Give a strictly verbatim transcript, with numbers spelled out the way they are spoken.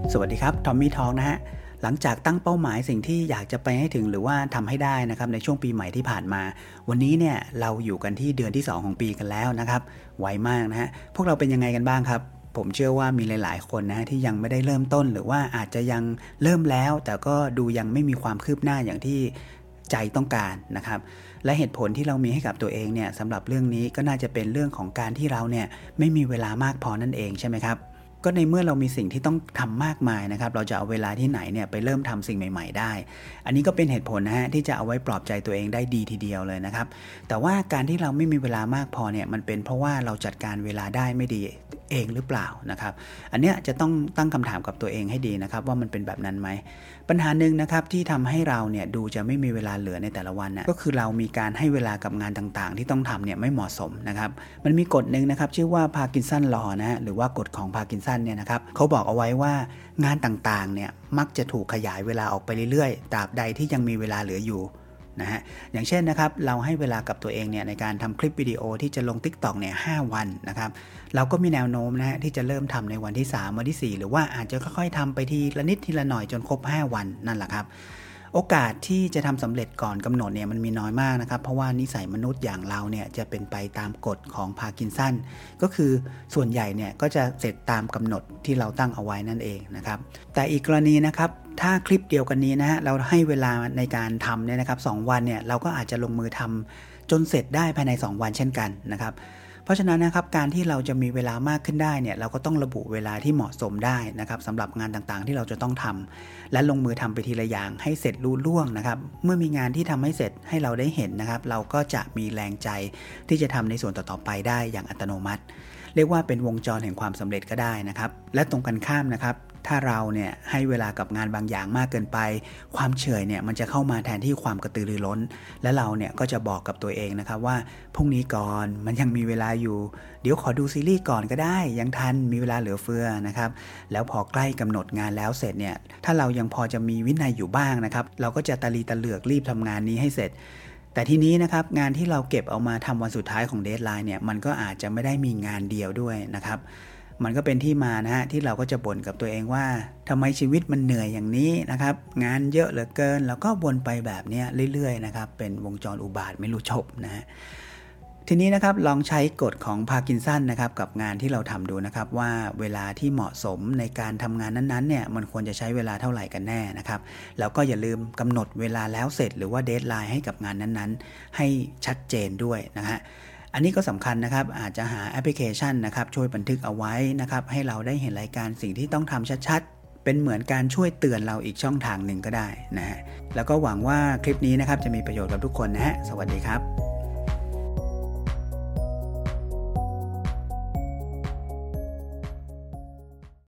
สวัสดีครับทอมมี่ทอล์กนะฮะหลังจากตั้งเป้าหมายสิ่งที่อยากจะไปให้ถึงหรือว่าทำให้ได้นะครับในช่วงปีใหม่ที่ผ่านมาวันนี้เนี่ยเราอยู่กันที่เดือนที่สองของปีกันแล้วนะครับไวมากนะฮะพวกเราเป็นยังไงกันบ้างครับผมเชื่อว่ามีหลายๆคนนะที่ยังไม่ได้เริ่มต้นหรือว่าอาจจะยังเริ่มแล้วแต่ก็ดูยังไม่มีความคืบหน้าอย่างที่ใจต้องการนะครับและเหตุผลที่เรามีให้กับตัวเองเนี่ยสำหรับเรื่องนี้ก็น่าจะเป็นเรื่องของการที่เราเนี่ยไม่มีเวลามากพอนั่นเองใช่ไหมครับก็ในเมื่อเรามีสิ่งที่ต้องทำมากมายนะครับเราจะเอาเวลาที่ไหนเนี่ยไปเริ่มทำสิ่งใหม่ๆได้อันนี้ก็เป็นเหตุผลนะฮะที่จะเอาไว้ปลอบใจตัวเองได้ดีทีเดียวเลยนะครับแต่ว่าการที่เราไม่มีเวลามากพอเนี่ยมันเป็นเพราะว่าเราจัดการเวลาได้ไม่ดีเองหรือเปล่านะครับอันเนี้ยจะต้องตั้งคำถามกับตัวเองให้ดีนะครับว่ามันเป็นแบบนั้นไหมปัญหาหนึ่งนะครับที่ทำให้เราเนี่ยดูจะไม่มีเวลาเหลือในแต่ละวันนะก็คือเรามีการให้เวลากับงานต่างๆที่ต้องทำเนี่ยไม่เหมาะสมนะครับมันมีกฎหนึ่งนะครับชื่อว่าพาร์กินสันลอนะฮะหรือว่ากฎของพาร์กินสันเนี่ยนะครับเขาบอกเอาไว้ว่างานต่างๆเนี่ยมักจะถูกขยายเวลาออกไปเรื่อยๆตราบใดที่ยังมีเวลาเหลืออยู่นะฮะอย่างเช่นนะครับเราให้เวลากับตัวเองเนี่ยในการทำคลิปวิดีโอที่จะลง TikTok เนี่ยห้าวันนะครับเราก็มีแนวโน้มนะฮะที่จะเริ่มทำในวันที่สามวันที่สี่หรือว่าอาจจะค่อยๆทำไปทีละนิดทีละหน่อยจนครบห้าวันนั่นแหละครับโอกาสที่จะทำสำเร็จก่อนกำหนดเนี่ยมันมีน้อยมากนะครับเพราะว่านิสัยมนุษย์อย่างเราเนี่ยจะเป็นไปตามกฎของพาร์กินสันก็คือส่วนใหญ่เนี่ยก็จะเสร็จตามกำหนดที่เราตั้งเอาไว้นั่นเองนะครับแต่อีกกรณีนะครับถ้าคลิปเดียวกันนี้นะฮะเราให้เวลาในการทำเนี่ยนะครับสองวันเนี่ยเราก็อาจจะลงมือทำจนเสร็จได้ภายในสองวันเช่นกันนะครับเพราะฉะนั้นนะครับการที่เราจะมีเวลามากขึ้นได้เนี่ยเราก็ต้องระบุเวลาที่เหมาะสมได้นะครับสำหรับงานต่างๆที่เราจะต้องทำและลงมือทำไปทีละอย่างให้เสร็จลุล่วงนะครับเมื่อมีงานที่ทำให้เสร็จให้เราได้เห็นนะครับเราก็จะมีแรงใจที่จะทำในส่วนต่อๆไปได้อย่างอัตโนมัติเรียกว่าเป็นวงจรแห่งความสำเร็จก็ได้นะครับและตรงกันข้ามนะครับถ้าเราเนี่ยให้เวลากับงานบางอย่างมากเกินไปความเฉยเนี่ยมันจะเข้ามาแทนที่ความกระตือรือร้นและเราเนี่ยก็จะบอกกับตัวเองนะครับว่าพรุ่งนี้ก่อนมันยังมีเวลาอยู่เดี๋ยวขอดูซีรีส์ก่อนก็ได้ยังทันมีเวลาเหลือเฟือนะครับแล้วพอใกล้กำหนดงานแล้วเสร็จเนี่ยถ้าเรายังพอจะมีวินัยอยู่บ้างนะครับเราก็จะตะลีตะเหลือกรีบทำงานนี้ให้เสร็จแต่ทีนี้นะครับงานที่เราเก็บเอามาทำวันสุดท้ายของเดดไลน์เนี่ยมันก็อาจจะไม่ได้มีงานเดียวด้วยนะครับมันก็เป็นที่มานะฮะที่เราก็จะบ่นกับตัวเองว่าทำไมชีวิตมันเหนื่อยอย่างนี้นะครับงานเยอะเหลือเกินแล้วก็วนไปแบบนี้เรื่อยๆนะครับเป็นวงจรอุบาทไม่รู้จบนะฮะทีนี้นะครับลองใช้กฎของพาร์กินสันนะครับกับงานที่เราทำดูนะครับว่าเวลาที่เหมาะสมในการทำงานนั้นๆเนี่ยมันควรจะใช้เวลาเท่าไหร่กันแน่นะครับแล้วก็อย่าลืมกำหนดเวลาแล้วเสร็จหรือว่าเดดไลน์ให้กับงานนั้นๆให้ชัดเจนด้วยนะฮะอันนี้ก็สำคัญนะครับอาจจะหาแอปพลิเคชันนะครับช่วยบันทึกเอาไว้นะครับให้เราได้เห็นรายการสิ่งที่ต้องทำชัดๆเป็นเหมือนการช่วยเตือนเราอีกช่องทางหนึ่งก็ได้นะฮะแล้วก็หวังว่าคลิปนี้นะครับจะมีประโยชน์กับทุกคนนะฮะสวัสดีครับ